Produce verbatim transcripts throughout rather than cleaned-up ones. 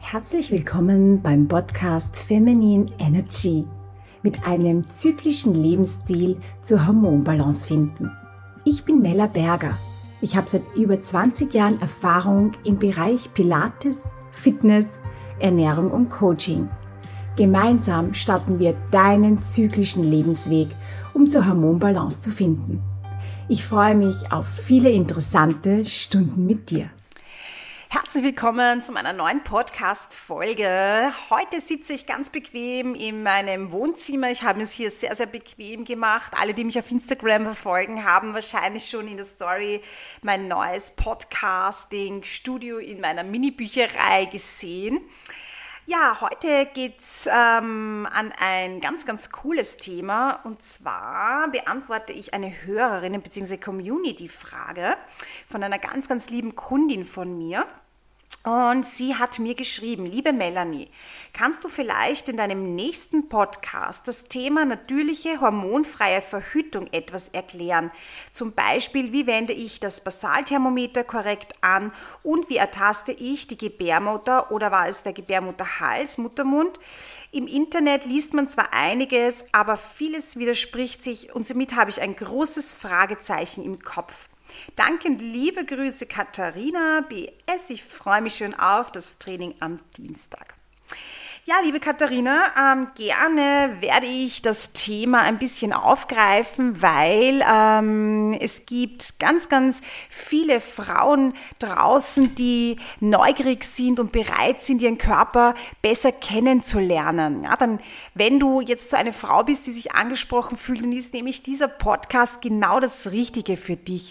Herzlich willkommen beim Podcast Feminine Energy mit einem zyklischen Lebensstil zur Hormonbalance finden. Ich bin Mella Berger. Ich habe seit über zwanzig Jahren Erfahrung im Bereich Pilates, Fitness, Ernährung und Coaching. Gemeinsam starten wir deinen zyklischen Lebensweg, um zur Hormonbalance zu finden. Ich freue mich auf viele interessante Stunden mit dir. Herzlich willkommen zu meiner neuen Podcast-Folge. Heute sitze ich ganz bequem in meinem Wohnzimmer. Ich habe es hier sehr, sehr bequem gemacht. Alle, die mich auf Instagram verfolgen, haben wahrscheinlich schon in der Story mein neues Podcasting-Studio in meiner Mini-Bücherei gesehen. Ja, heute geht's ähm, an ein ganz, ganz cooles Thema, und zwar beantworte ich eine Hörerinnen- bzw. Community-Frage von einer ganz, ganz lieben Kundin von mir. Und sie hat mir geschrieben: Liebe Melanie, kannst du vielleicht in deinem nächsten Podcast das Thema natürliche hormonfreie Verhütung etwas erklären? Zum Beispiel, wie wende ich das Basalthermometer korrekt an und wie ertaste ich die Gebärmutter oder war es der Gebärmutterhals, Muttermund? Im Internet liest man zwar einiges, aber vieles widerspricht sich und somit habe ich ein großes Fragezeichen im Kopf. Danke und liebe Grüße, Katharina. B S, ich freue mich schon auf das Training am Dienstag. Ja, liebe Katharina, ähm, gerne werde ich das Thema ein bisschen aufgreifen, weil ähm, es gibt ganz, ganz viele Frauen draußen, die neugierig sind und bereit sind, ihren Körper besser kennenzulernen. Ja, dann, wenn du jetzt so eine Frau bist, die sich angesprochen fühlt, dann ist nämlich dieser Podcast genau das Richtige für dich.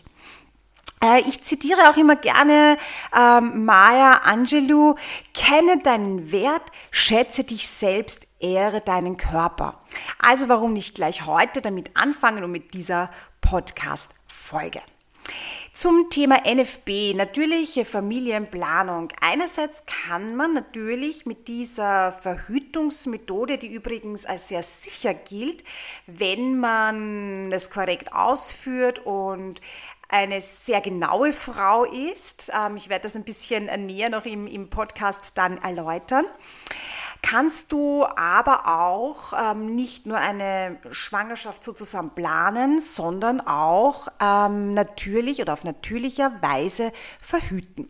Ich zitiere auch immer gerne ähm, Maya Angelou: Kenne deinen Wert, schätze dich selbst, ehre deinen Körper. Also warum nicht gleich heute damit anfangen und mit dieser Podcast-Folge. Zum Thema N F B, natürliche Familienplanung. Einerseits kann man natürlich mit dieser Verhütungsmethode, die übrigens als sehr sicher gilt, wenn man das korrekt ausführt und eine sehr genaue Frau ist, ich werde das ein bisschen näher noch im, im Podcast dann erläutern, kannst du aber auch ähm, nicht nur eine Schwangerschaft sozusagen planen, sondern auch ähm, natürlich oder auf natürlicher Weise verhüten.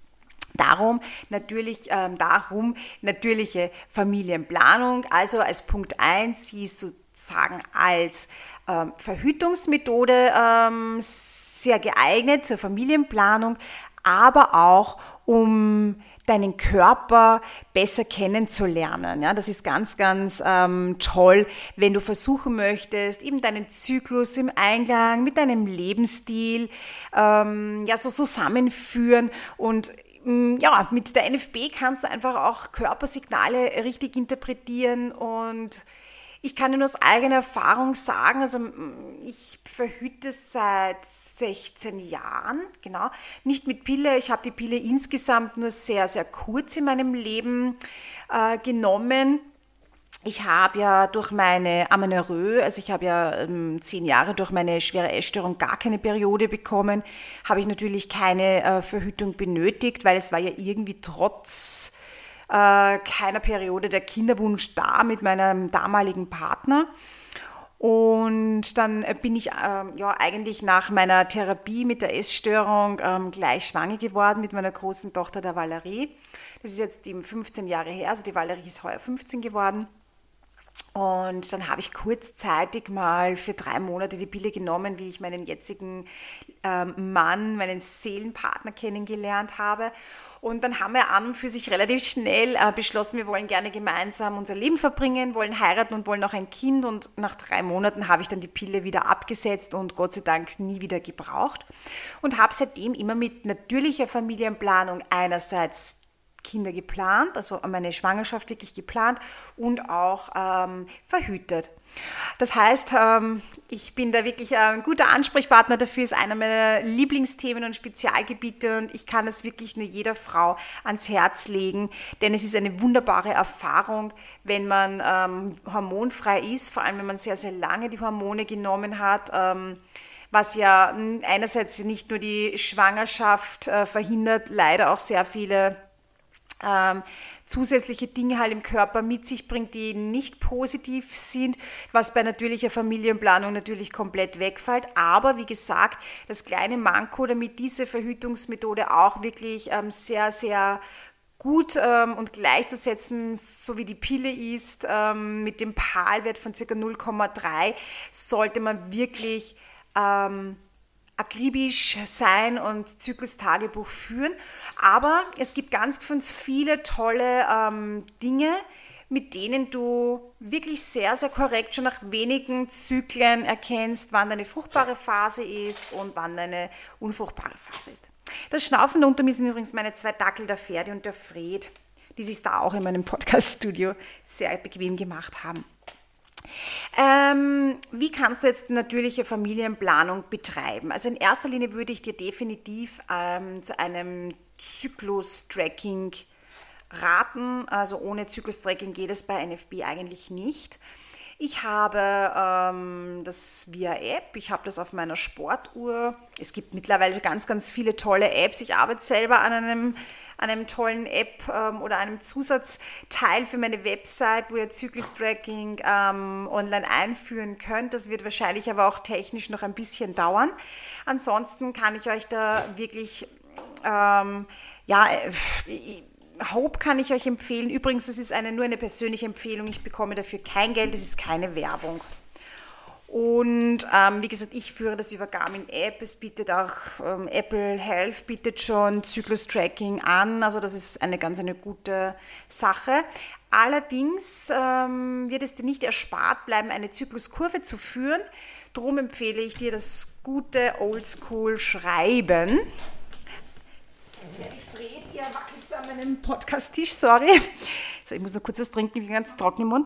Darum natürlich, ähm, darum natürliche Familienplanung, also als Punkt eins, sie sozusagen als ähm, Verhütungsmethode ähm, sehr geeignet zur Familienplanung, aber auch um deinen Körper besser kennenzulernen. Ja, das ist ganz, ganz ähm, toll, wenn du versuchen möchtest, eben deinen Zyklus im Einklang mit deinem Lebensstil ähm, ja, so zusammenführen. Und ja, mit der N F B kannst du einfach auch Körpersignale richtig interpretieren, und ich kann dir nur aus eigener Erfahrung sagen, also ich verhüte seit sechzehn Jahren, genau, nicht mit Pille. Ich habe die Pille insgesamt nur sehr, sehr kurz in meinem Leben äh, genommen. Ich habe ja durch meine Amenorrhoe, also ich habe ja ähm, zehn Jahre durch meine schwere Essstörung gar keine Periode bekommen, habe ich natürlich keine äh, Verhütung benötigt, weil es war ja irgendwie trotz keiner Periode der Kinderwunsch da mit meinem damaligen Partner. Und dann bin ich ähm, ja eigentlich nach meiner Therapie mit der Essstörung ähm, gleich schwanger geworden mit meiner großen Tochter, der Valerie. Das ist jetzt eben fünfzehn Jahre her, also die Valerie ist heuer fünfzehn geworden. Und dann habe ich kurzzeitig mal für drei Monate die Pille genommen, wie ich meinen jetzigen ähm, Mann, meinen Seelenpartner kennengelernt habe. Und dann haben wir an und für sich relativ schnell äh, beschlossen, wir wollen gerne gemeinsam unser Leben verbringen, wollen heiraten und wollen auch ein Kind. Und nach drei Monaten habe ich dann die Pille wieder abgesetzt und Gott sei Dank nie wieder gebraucht. Und habe seitdem immer mit natürlicher Familienplanung einerseits Kinder geplant, also meine Schwangerschaft wirklich geplant und auch ähm, verhütet. Das heißt, ähm, ich bin da wirklich ein guter Ansprechpartner dafür, ist einer meiner Lieblingsthemen und Spezialgebiete, und ich kann es wirklich nur jeder Frau ans Herz legen, denn es ist eine wunderbare Erfahrung, wenn man ähm, hormonfrei ist, vor allem wenn man sehr, sehr lange die Hormone genommen hat, ähm, was ja einerseits nicht nur die Schwangerschaft äh, verhindert, leider auch sehr viele Ähm, zusätzliche Dinge halt im Körper mit sich bringt, die nicht positiv sind, was bei natürlicher Familienplanung natürlich komplett wegfällt. Aber wie gesagt, das kleine Manko, damit diese Verhütungsmethode auch wirklich ähm, sehr, sehr gut ähm, und gleichzusetzen, so wie die Pille ist, ähm, mit dem P A L-Wert von ca. null Komma drei, sollte man wirklich ähm, akribisch sein und Zyklus-Tagebuch führen. Aber es gibt ganz, ganz viele tolle ähm, Dinge, mit denen du wirklich sehr, sehr korrekt schon nach wenigen Zyklen erkennst, wann deine fruchtbare Phase ist und wann deine unfruchtbare Phase ist. Das Schnaufen da unter mir sind übrigens meine zwei Dackel, der Ferdi und der Fred, die sich da auch in meinem Podcast-Studio sehr bequem gemacht haben. Ähm, wie kannst du jetzt natürliche Familienplanung betreiben? Also in erster Linie würde ich dir definitiv ähm, zu einem Zyklus-Tracking raten. Also ohne Zyklus-Tracking geht es bei N F B eigentlich nicht. Ich habe ähm, das via App, ich habe das auf meiner Sportuhr. Es gibt mittlerweile ganz, ganz viele tolle Apps. Ich arbeite selber an einem, an einem tollen App ähm, oder einem Zusatzteil für meine Website, wo ihr Zyklus-Tracking ähm, online einführen könnt. Das wird wahrscheinlich aber auch technisch noch ein bisschen dauern. Ansonsten kann ich euch da wirklich, ähm, ja, ich, Hope kann ich euch empfehlen. Übrigens, das ist eine, nur eine persönliche Empfehlung. Ich bekomme dafür kein Geld, das ist keine Werbung. Und ähm, wie gesagt, ich führe das über Garmin App. Es bietet auch ähm, Apple Health bietet schon Zyklus-Tracking an. Also das ist eine ganz eine gute Sache. Allerdings ähm, wird es dir nicht erspart bleiben, eine Zykluskurve zu führen. Darum empfehle ich dir das gute Oldschool-Schreiben. Fred, ihr wackelst an meinem Podcast-Tisch, sorry. So, ich muss noch kurz was trinken, ich bin ganz trocken im Mund.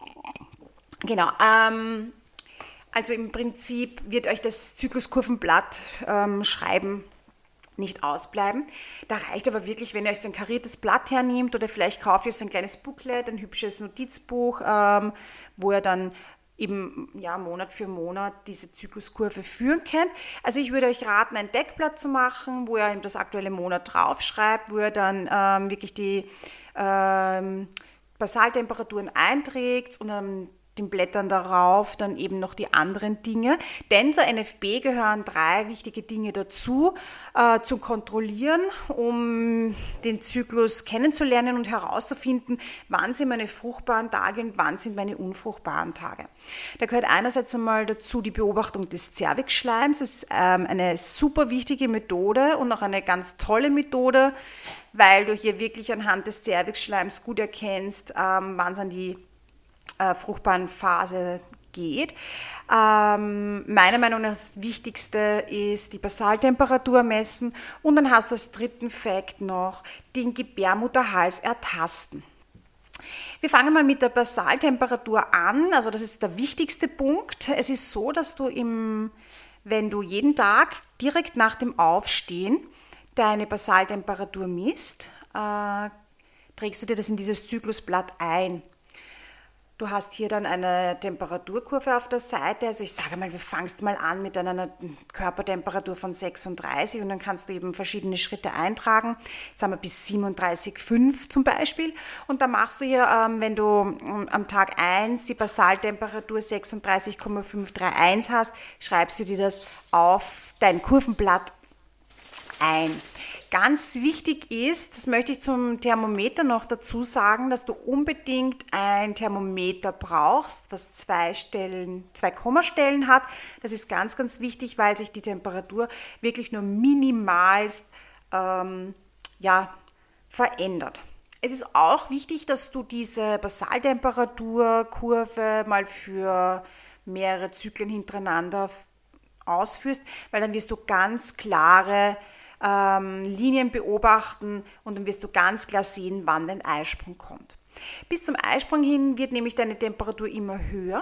Genau, ähm, also im Prinzip wird euch das Zykluskurvenblatt ähm, schreiben nicht ausbleiben. Da reicht aber wirklich, wenn ihr euch so ein kariertes Blatt hernehmt oder vielleicht kauft ihr so ein kleines Booklet, ein hübsches Notizbuch, ähm, wo ihr dann eben ja, Monat für Monat diese Zykluskurve führen könnt. Also ich würde euch raten, ein Deckblatt zu machen, wo ihr das aktuelle Monat draufschreibt, wo ihr dann ähm, wirklich die ähm, Basaltemperaturen einträgt und dann den Blättern darauf dann eben noch die anderen Dinge. Denn zur N F B gehören drei wichtige Dinge dazu, äh, zu kontrollieren, um den Zyklus kennenzulernen und herauszufinden, wann sind meine fruchtbaren Tage und wann sind meine unfruchtbaren Tage. Da gehört einerseits einmal dazu die Beobachtung des Zervixschleims. Das ist ähm, eine super wichtige Methode und auch eine ganz tolle Methode, weil du hier wirklich anhand des Zervixschleims gut erkennst, ähm, wann sind die Äh, fruchtbaren Phase geht. Ähm, meiner Meinung nach das Wichtigste ist die Basaltemperatur messen und dann hast du als dritten Fakt noch den Gebärmutterhals ertasten. Wir fangen mal mit der Basaltemperatur an, also das ist der wichtigste Punkt. Es ist so, dass du, im, wenn du jeden Tag direkt nach dem Aufstehen deine Basaltemperatur misst, äh, trägst du dir das in dieses Zyklusblatt ein. Du hast hier dann eine Temperaturkurve auf der Seite, also ich sage mal, wir fangst mal an mit einer Körpertemperatur von sechsunddreißig und dann kannst du eben verschiedene Schritte eintragen, sagen wir bis siebenunddreißig Komma fünf zum Beispiel und dann machst du hier, wenn du am Tag eins die Basaltemperatur sechsunddreißig Komma fünf drei eins hast, schreibst du dir das auf dein Kurvenblatt ein. Ganz wichtig ist, das möchte ich zum Thermometer noch dazu sagen, dass du unbedingt ein Thermometer brauchst, was zwei Stellen, zwei Kommastellen hat. Das ist ganz, ganz wichtig, weil sich die Temperatur wirklich nur minimal ähm, ja, verändert. Es ist auch wichtig, dass du diese Basaltemperaturkurve mal für mehrere Zyklen hintereinander ausführst, weil dann wirst du ganz klare Ähm, Linien beobachten und dann wirst du ganz klar sehen, wann dein Eisprung kommt. Bis zum Eisprung hin wird nämlich deine Temperatur immer höher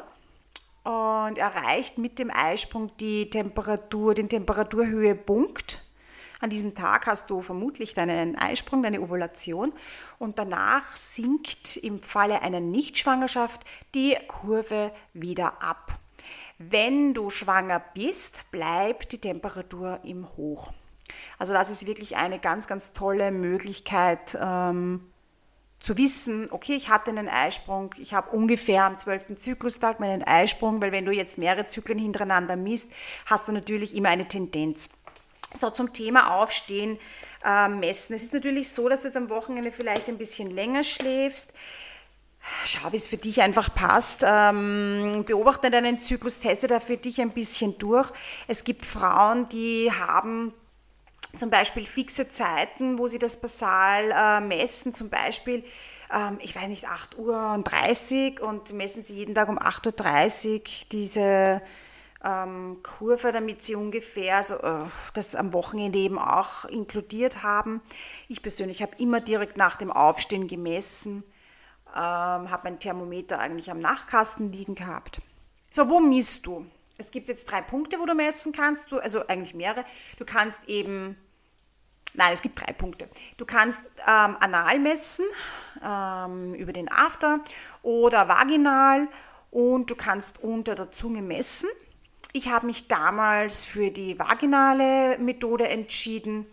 und erreicht mit dem Eisprung die Temperatur, den Temperaturhöhepunkt. An diesem Tag hast du vermutlich deinen Eisprung, deine Ovulation und danach sinkt im Falle einer Nichtschwangerschaft die Kurve wieder ab. Wenn du schwanger bist, bleibt die Temperatur im Hoch. Also das ist wirklich eine ganz, ganz tolle Möglichkeit, ähm, zu wissen, okay, ich hatte einen Eisprung, ich habe ungefähr am zwölften Zyklustag meinen Eisprung, weil wenn du jetzt mehrere Zyklen hintereinander misst, hast du natürlich immer eine Tendenz. So, zum Thema Aufstehen, äh, messen. Es ist natürlich so, dass du jetzt am Wochenende vielleicht ein bisschen länger schläfst. Schau, wie es für dich einfach passt. Ähm, beobachte deinen Zyklus, teste da für dich ein bisschen durch. Es gibt Frauen, die haben zum Beispiel fixe Zeiten, wo sie das basal äh, messen, zum Beispiel, ähm, ich weiß nicht, acht Uhr dreißig und messen sie jeden Tag um acht Uhr dreißig diese ähm, Kurve, damit sie ungefähr so, äh, das am Wochenende eben auch inkludiert haben. Ich persönlich habe immer direkt nach dem Aufstehen gemessen, ähm, habe mein Thermometer eigentlich am Nachtkasten liegen gehabt. So, wo misst du? Es gibt jetzt drei Punkte, wo du messen kannst, du, also eigentlich mehrere. Du kannst eben, nein, es gibt drei Punkte. Du kannst ähm, anal messen, ähm, über den After oder vaginal und du kannst unter der Zunge messen. Ich habe mich damals für die vaginale Methode entschieden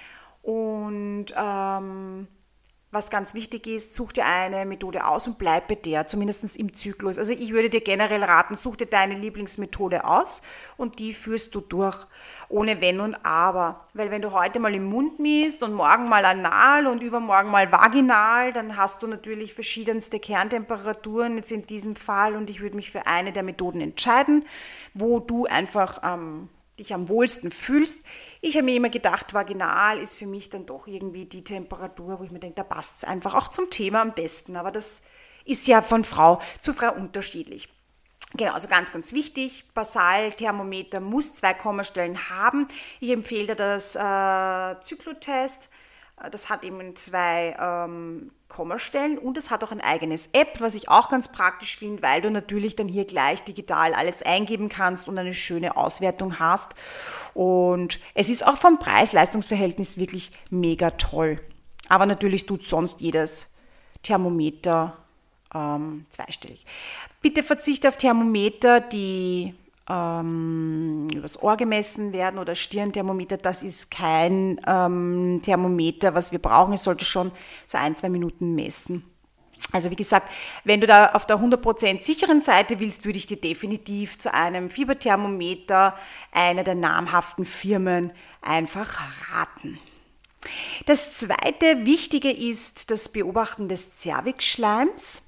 und ähm, was ganz wichtig ist, such dir eine Methode aus und bleib bei der, zumindest im Zyklus. Also ich würde dir generell raten, such dir deine Lieblingsmethode aus und die führst du durch, ohne Wenn und Aber. Weil wenn du heute mal im Mund misst und morgen mal anal und übermorgen mal vaginal, dann hast du natürlich verschiedenste Kerntemperaturen jetzt in diesem Fall und ich würde mich für eine der Methoden entscheiden, wo du einfach ähm, dich am wohlsten fühlst. Ich habe mir immer gedacht, vaginal ist für mich dann doch irgendwie die Temperatur, wo ich mir denke, da passt es einfach auch zum Thema am besten. Aber das ist ja von Frau zu Frau unterschiedlich. Genau, also ganz, ganz wichtig, Basalthermometer muss zwei Kommastellen haben. Ich empfehle dir das äh, Zyklotest. Das hat eben zwei ähm, Kommastellen und es hat auch ein eigenes App, was ich auch ganz praktisch finde, weil du natürlich dann hier gleich digital alles eingeben kannst und eine schöne Auswertung hast. Und es ist auch vom Preis-Leistungs-Verhältnis wirklich mega toll. Aber natürlich tut sonst jedes Thermometer ähm, zweistellig. Bitte verzichte auf Thermometer, die ähm, übers Ohr gemessen werden oder Stirnthermometer. Das ist kein ähm, Thermometer, was wir brauchen. Es sollte schon so ein, zwei Minuten messen. Also wie gesagt, wenn du da auf der hundert Prozent sicheren Seite willst, würde ich dir definitiv zu einem Fieberthermometer einer der namhaften Firmen einfach raten. Das zweite Wichtige ist das Beobachten des Zervixschleims.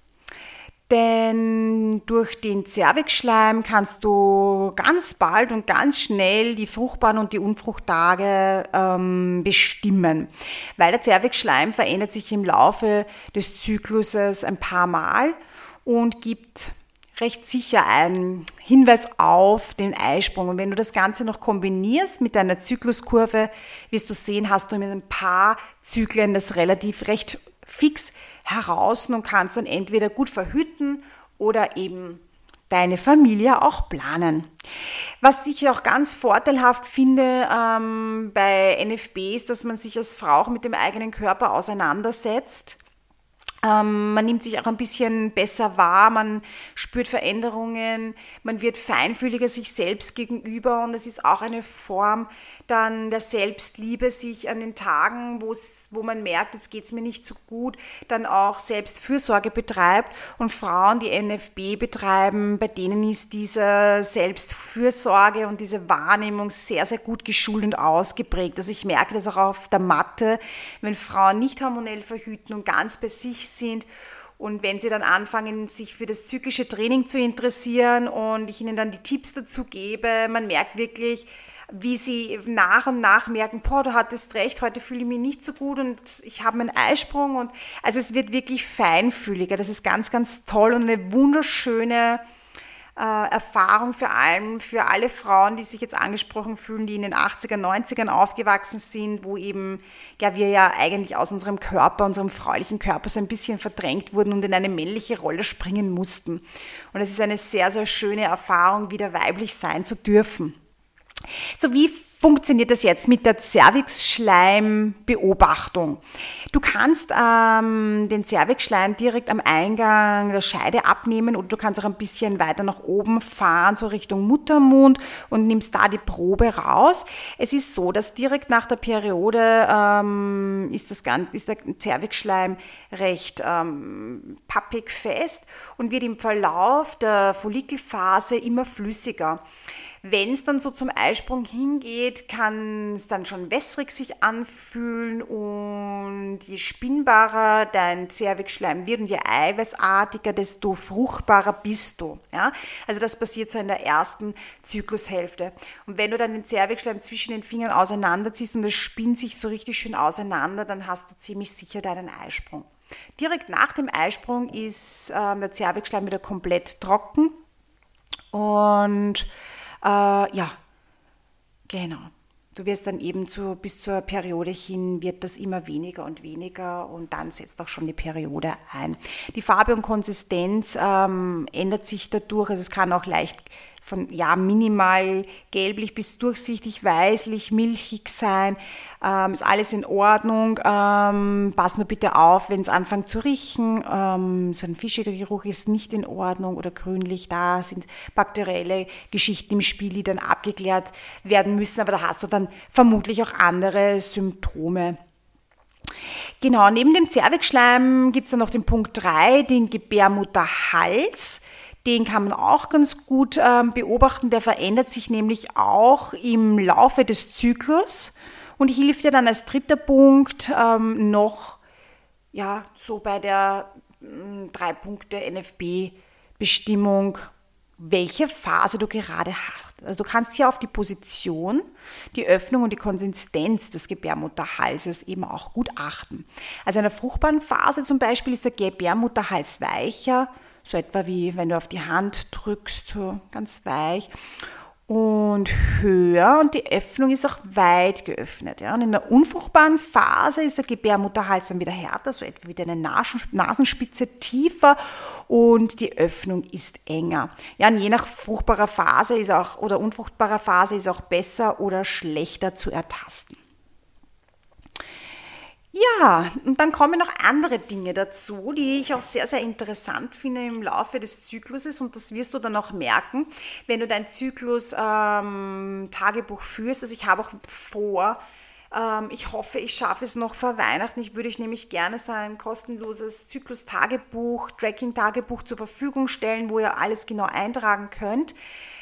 Denn durch den Zervixschleim kannst du ganz bald und ganz schnell die fruchtbaren und die Unfruchttage ähm, bestimmen. Weil der Zervixschleim verändert sich im Laufe des Zykluses ein paar Mal und gibt recht sicher einen Hinweis auf den Eisprung. Und wenn du das Ganze noch kombinierst mit deiner Zykluskurve, wirst du sehen, hast du mit ein paar Zyklen das relativ recht fix heraus und kannst dann entweder gut verhüten oder eben deine Familie auch planen. Was ich auch ganz vorteilhaft finde ähm, bei N F B ist, dass man sich als Frau auch mit dem eigenen Körper auseinandersetzt. Ähm, man nimmt sich auch ein bisschen besser wahr, man spürt Veränderungen, man wird feinfühliger sich selbst gegenüber und es ist auch eine Form dann der Selbstliebe, sich an den Tagen, wo man merkt, jetzt geht es mir nicht so gut, dann auch Selbstfürsorge betreibt. Und Frauen, die N F B betreiben, bei denen ist diese Selbstfürsorge und diese Wahrnehmung sehr, sehr gut geschult und ausgeprägt. Also ich merke das auch auf der Matte, wenn Frauen nicht hormonell verhüten und ganz bei sich sind. Und wenn sie dann anfangen, sich für das zyklische Training zu interessieren und ich ihnen dann die Tipps dazu gebe, man merkt wirklich, wie sie nach und nach merken, boah, du hattest recht, heute fühle ich mich nicht so gut und ich habe einen Eisprung. Und also es wird wirklich feinfühliger. Das ist ganz, ganz toll und eine wunderschöne äh, Erfahrung vor allem für alle Frauen, die sich jetzt angesprochen fühlen, die in den achtzigern, neunzigern aufgewachsen sind, wo eben ja, wir ja eigentlich aus unserem Körper, unserem fraulichen Körper so ein bisschen verdrängt wurden und in eine männliche Rolle springen mussten. Und es ist eine sehr, sehr schöne Erfahrung, wieder weiblich sein zu dürfen. So, wie funktioniert das jetzt mit der Zervixschleimbeobachtung? Du kannst ähm, den Zervixschleim direkt am Eingang der Scheide abnehmen oder du kannst auch ein bisschen weiter nach oben fahren, so Richtung Muttermund und nimmst da die Probe raus. Es ist so, dass direkt nach der Periode ähm, ist, das, ist der Zervixschleim recht ähm, pappig fest und wird im Verlauf der Follikelphase immer flüssiger. Wenn es dann so zum Eisprung hingeht, kann es dann schon wässrig sich anfühlen und je spinnbarer dein Zervixschleim wird und je eiweißartiger, desto fruchtbarer bist du. Ja? Also das passiert so in der ersten Zyklushälfte. Und wenn du dann den Zervixschleim zwischen den Fingern auseinanderziehst und es spinnt sich so richtig schön auseinander, dann hast du ziemlich sicher deinen Eisprung. Direkt nach dem Eisprung ist äh, der Zervixschleim wieder komplett trocken und Äh, ja, genau. Du wirst dann eben zu, bis zur Periode hin wird das immer weniger und weniger und dann setzt auch schon die Periode ein. Die Farbe und Konsistenz ähm, ändert sich dadurch, also es kann auch leicht von ja, minimal gelblich bis durchsichtig, weißlich, milchig sein. Ähm, ist alles in Ordnung. Ähm, pass nur bitte auf, wenn es anfängt zu riechen. Ähm, so ein fischiger Geruch ist nicht in Ordnung oder grünlich. Da sind bakterielle Geschichten im Spiel, die dann abgeklärt werden müssen. Aber da hast du dann vermutlich auch andere Symptome. Genau, neben dem Zervixschleim gibt es dann noch den Punkt drei, den Gebärmutterhals. Den kann man auch ganz gut ähm, beobachten. Der verändert sich nämlich auch im Laufe des Zyklus und hilft dir dann als dritter Punkt ähm, noch ja, so bei der äh, drei Punkte N F B-Bestimmung, welche Phase du gerade hast. Also du kannst hier auf die Position, die Öffnung und die Konsistenz des Gebärmutterhalses eben auch gut achten. Also in der fruchtbaren Phase zum Beispiel ist der Gebärmutterhals weicher, so etwa wie wenn du auf die Hand drückst, so ganz weich und höher und die Öffnung ist auch weit geöffnet. Ja. Und in der unfruchtbaren Phase ist der Gebärmutterhals dann wieder härter, so etwa wie deine Nasenspitze tiefer und die Öffnung ist enger. Ja, und je nach fruchtbarer Phase ist auch, oder unfruchtbarer Phase ist auch besser oder schlechter zu ertasten. Ja, und dann kommen noch andere Dinge dazu, die ich auch sehr, sehr interessant finde im Laufe des Zykluses und das wirst du dann auch merken, wenn du dein Zyklus-Tagebuch ähm, führst. Also ich habe auch vor, ähm, ich hoffe, ich schaffe es noch vor Weihnachten. Ich würde euch nämlich gerne so ein kostenloses Zyklus-Tagebuch, Tracking-Tagebuch zur Verfügung stellen, wo ihr alles genau eintragen könnt.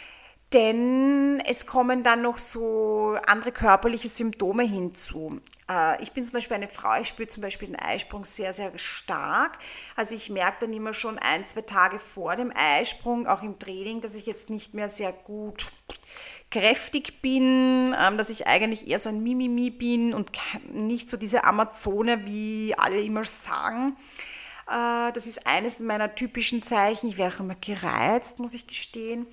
Denn es kommen dann noch so andere körperliche Symptome hinzu. Ich bin zum Beispiel eine Frau, ich spüre zum Beispiel den Eisprung sehr, sehr stark. Also ich merke dann immer schon ein, zwei Tage vor dem Eisprung, auch im Training, dass ich jetzt nicht mehr sehr gut kräftig bin, dass ich eigentlich eher so ein Mimimi bin und nicht so diese Amazone, wie alle immer sagen. Das ist eines meiner typischen Zeichen. Ich werde auch immer gereizt, muss ich gestehen.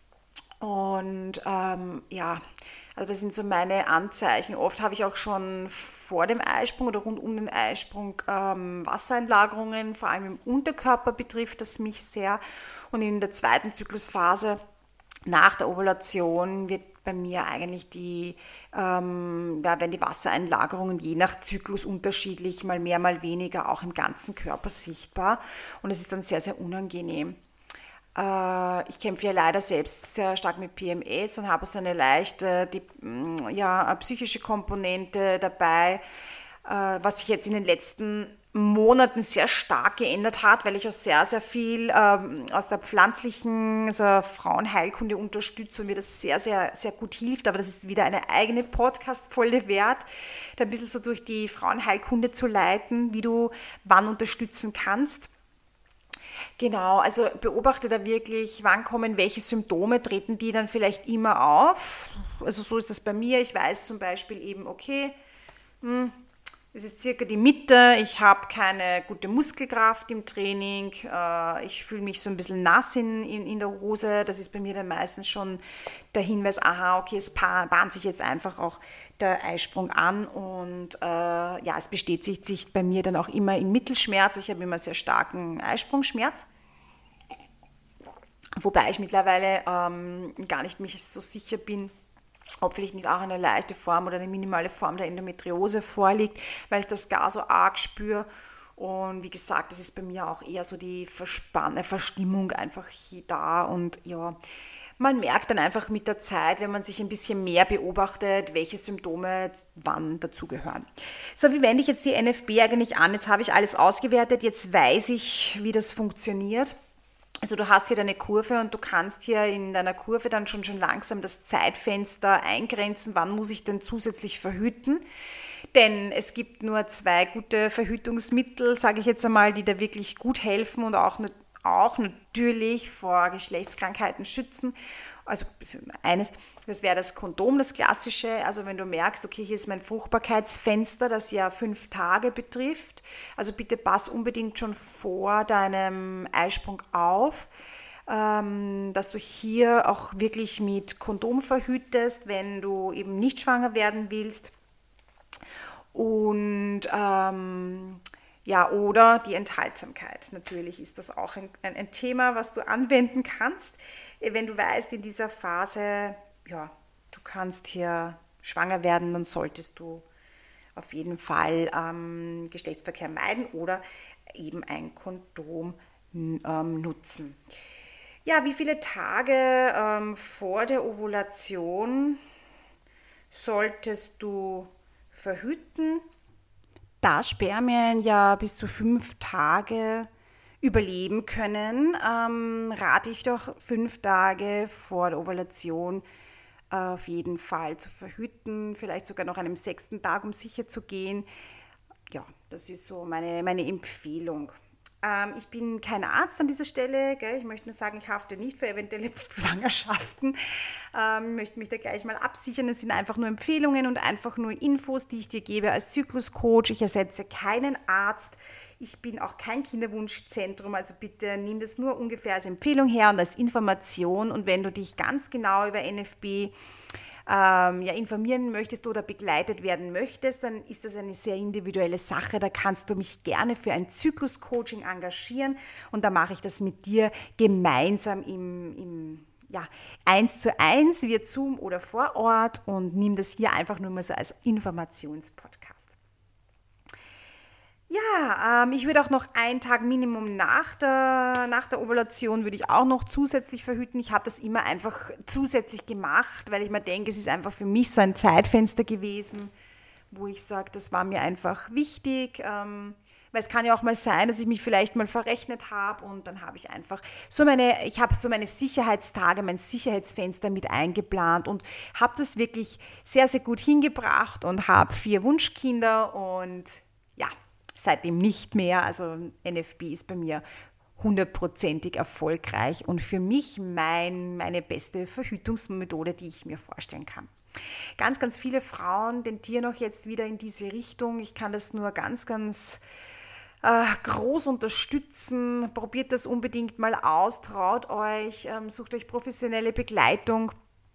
Und ähm, ja, also das sind so meine Anzeichen. Oft habe ich auch schon vor dem Eisprung oder rund um den Eisprung ähm, Wassereinlagerungen, vor allem im Unterkörper betrifft das mich sehr. Und in der zweiten Zyklusphase nach der Ovulation wird bei mir eigentlich die, ähm, ja, werden die Wassereinlagerungen je nach Zyklus unterschiedlich, mal mehr, mal weniger, auch im ganzen Körper sichtbar. Und es ist dann sehr, sehr unangenehm. Ich kämpfe ja leider selbst sehr stark mit P M S und habe so eine leichte die, ja, psychische Komponente dabei, was sich jetzt in den letzten Monaten sehr stark geändert hat, weil ich auch sehr, sehr viel ähm, aus der pflanzlichen, also Frauenheilkunde unterstütze und mir das sehr, sehr, sehr gut hilft. Aber das ist wieder eine eigene Podcast-Folge wert, da ein bisschen so durch die Frauenheilkunde zu leiten, wie du wann unterstützen kannst. Genau, also beobachte da wirklich, wann kommen welche Symptome, treten die dann vielleicht immer auf. Also so ist das bei mir. Ich weiß zum Beispiel eben, okay, hm, es ist circa die Mitte, ich habe keine gute Muskelkraft im Training, äh, ich fühle mich so ein bisschen nass in, in, in der Hose. Das ist bei mir dann meistens schon der Hinweis, aha, okay, es bahnt sich jetzt einfach auch der Eisprung an und äh, ja, es bestätigt sich bei mir dann auch immer im Mittelschmerz. Ich habe immer sehr starken Eisprungsschmerz. Wobei ich mittlerweile ähm, gar nicht mich so sicher bin, ob vielleicht nicht auch eine leichte Form oder eine minimale Form der Endometriose vorliegt, weil ich das gar so arg spüre. Und wie gesagt, das ist bei mir auch eher so die Verspanne, Verstimmung einfach hier da. Und ja, man merkt dann einfach mit der Zeit, wenn man sich ein bisschen mehr beobachtet, welche Symptome wann dazugehören. So, wie wende ich jetzt die N F B eigentlich an? Jetzt habe ich alles ausgewertet, jetzt weiß ich, wie das funktioniert. Also du hast hier deine Kurve und du kannst hier in deiner Kurve dann schon, schon langsam das Zeitfenster eingrenzen, wann muss ich denn zusätzlich verhüten. Denn es gibt nur zwei gute Verhütungsmittel, sage ich jetzt einmal, die da wirklich gut helfen und auch, auch natürlich vor Geschlechtskrankheiten schützen. Also eines, das wäre das Kondom, das klassische. Also wenn du merkst, okay, hier ist mein Fruchtbarkeitsfenster, das ja fünf Tage betrifft. Also bitte pass unbedingt schon vor deinem Eisprung auf, ähm, dass du hier auch wirklich mit Kondom verhütest, wenn du eben nicht schwanger werden willst. Und ähm, ja, oder die Enthaltsamkeit. Natürlich ist das auch ein, ein, ein Thema, was du anwenden kannst, wenn du weißt, in dieser Phase, ja, du kannst hier schwanger werden, dann solltest du auf jeden Fall ähm, Geschlechtsverkehr meiden oder eben ein Kondom ähm, nutzen. Ja, wie viele Tage ähm, vor der Ovulation solltest du verhüten? Da Spermien ja bis zu fünf Tage überleben können, ähm, rate ich doch fünf Tage vor der Ovulation äh, auf jeden Fall zu verhüten, vielleicht sogar noch einem sechsten Tag, um sicher zu gehen. Ja, das ist so meine, meine Empfehlung. Ähm, ich bin kein Arzt an dieser Stelle, gell? Ich möchte nur sagen, ich hafte nicht für eventuelle Schwangerschaften. Ähm, ich möchte mich da gleich mal absichern. Es sind einfach nur Empfehlungen und einfach nur Infos, die ich dir gebe als Zykluscoach. Ich ersetze keinen Arzt. Ich bin auch kein Kinderwunschzentrum, also bitte nimm das nur ungefähr als Empfehlung her und als Information. Und wenn du dich ganz genau über N F B ähm, ja, informieren möchtest oder begleitet werden möchtest, dann ist das eine sehr individuelle Sache. Da kannst du mich gerne für ein Zyklus-Coaching engagieren und da mache ich das mit dir gemeinsam im, im ja, eins zu eins via Zoom oder vor Ort und nimm das hier einfach nur mal so als Informationspodcast. Ja, ähm, ich würde auch noch einen Tag Minimum nach der, nach der Ovulation würde ich auch noch zusätzlich verhüten. Ich habe das immer einfach zusätzlich gemacht, weil ich mir denke, es ist einfach für mich so ein Zeitfenster gewesen, wo ich sage, das war mir einfach wichtig. Ähm, weil es kann ja auch mal sein, dass ich mich vielleicht mal verrechnet habe und dann habe ich einfach so meine, ich habe so meine Sicherheitstage, mein Sicherheitsfenster mit eingeplant und habe das wirklich sehr, sehr gut hingebracht und habe vier Wunschkinder und ja, seitdem nicht mehr. Also N F B ist bei mir hundertprozentig erfolgreich und für mich mein, meine beste Verhütungsmethode, die ich mir vorstellen kann. Ganz, ganz viele Frauen tendieren auch jetzt wieder in diese Richtung. Ich kann das nur ganz, ganz äh, groß unterstützen. Probiert das unbedingt mal aus, traut euch, ähm, sucht euch professionelle Begleitung.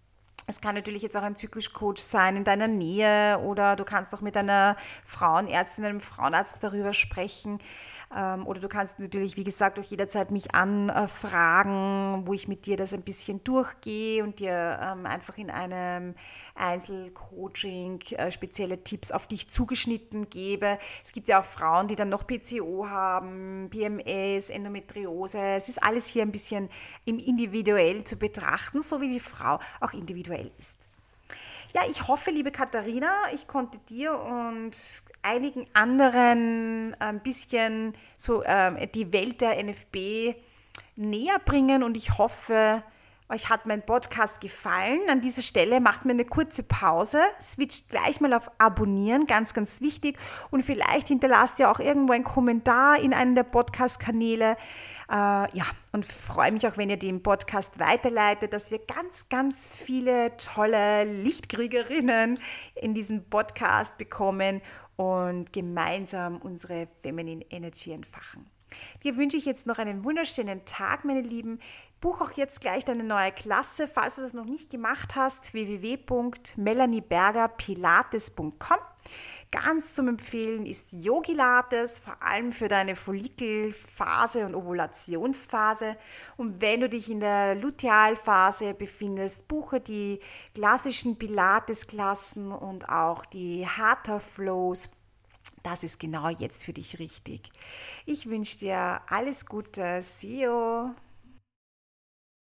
Es kann natürlich jetzt auch ein Zyklus-Coach sein in deiner Nähe oder du kannst auch mit einer Frauenärztin, einem Frauenarzt darüber sprechen. Oder du kannst natürlich, wie gesagt, auch jederzeit mich anfragen, wo ich mit dir das ein bisschen durchgehe und dir einfach in einem Einzelcoaching spezielle Tipps auf dich zugeschnitten gebe. Es gibt ja auch Frauen, die dann noch P C O haben, P M S, Endometriose. Es ist alles hier ein bisschen individuell zu betrachten, so wie die Frau auch individuell ist. Ja, ich hoffe, liebe Katharina, ich konnte dir und einigen anderen ein bisschen so ähm, die Welt der N F B näher bringen und ich hoffe, euch hat mein Podcast gefallen. An dieser Stelle macht mir eine kurze Pause, switcht gleich mal auf Abonnieren, ganz, ganz wichtig und vielleicht hinterlasst ihr auch irgendwo einen Kommentar in einem der Podcast-Kanäle. Äh, ja, und freue mich auch, wenn ihr den Podcast weiterleitet, dass wir ganz, ganz viele tolle Lichtkriegerinnen in diesen Podcast bekommen und gemeinsam unsere Feminine Energy entfachen. Dir wünsche ich jetzt noch einen wunderschönen Tag, meine Lieben. Buch auch jetzt gleich deine neue Klasse, falls du das noch nicht gemacht hast, w w w punkt melanieberger pilates punkt com. Ganz zum Empfehlen ist Yogilates, vor allem für deine Follikelphase und Ovulationsphase. Und wenn du dich in der Lutealphase befindest, buche die klassischen Pilates-Klassen und auch die Hatha Flows. Das ist genau jetzt für dich richtig. Ich wünsche dir alles Gute. See you!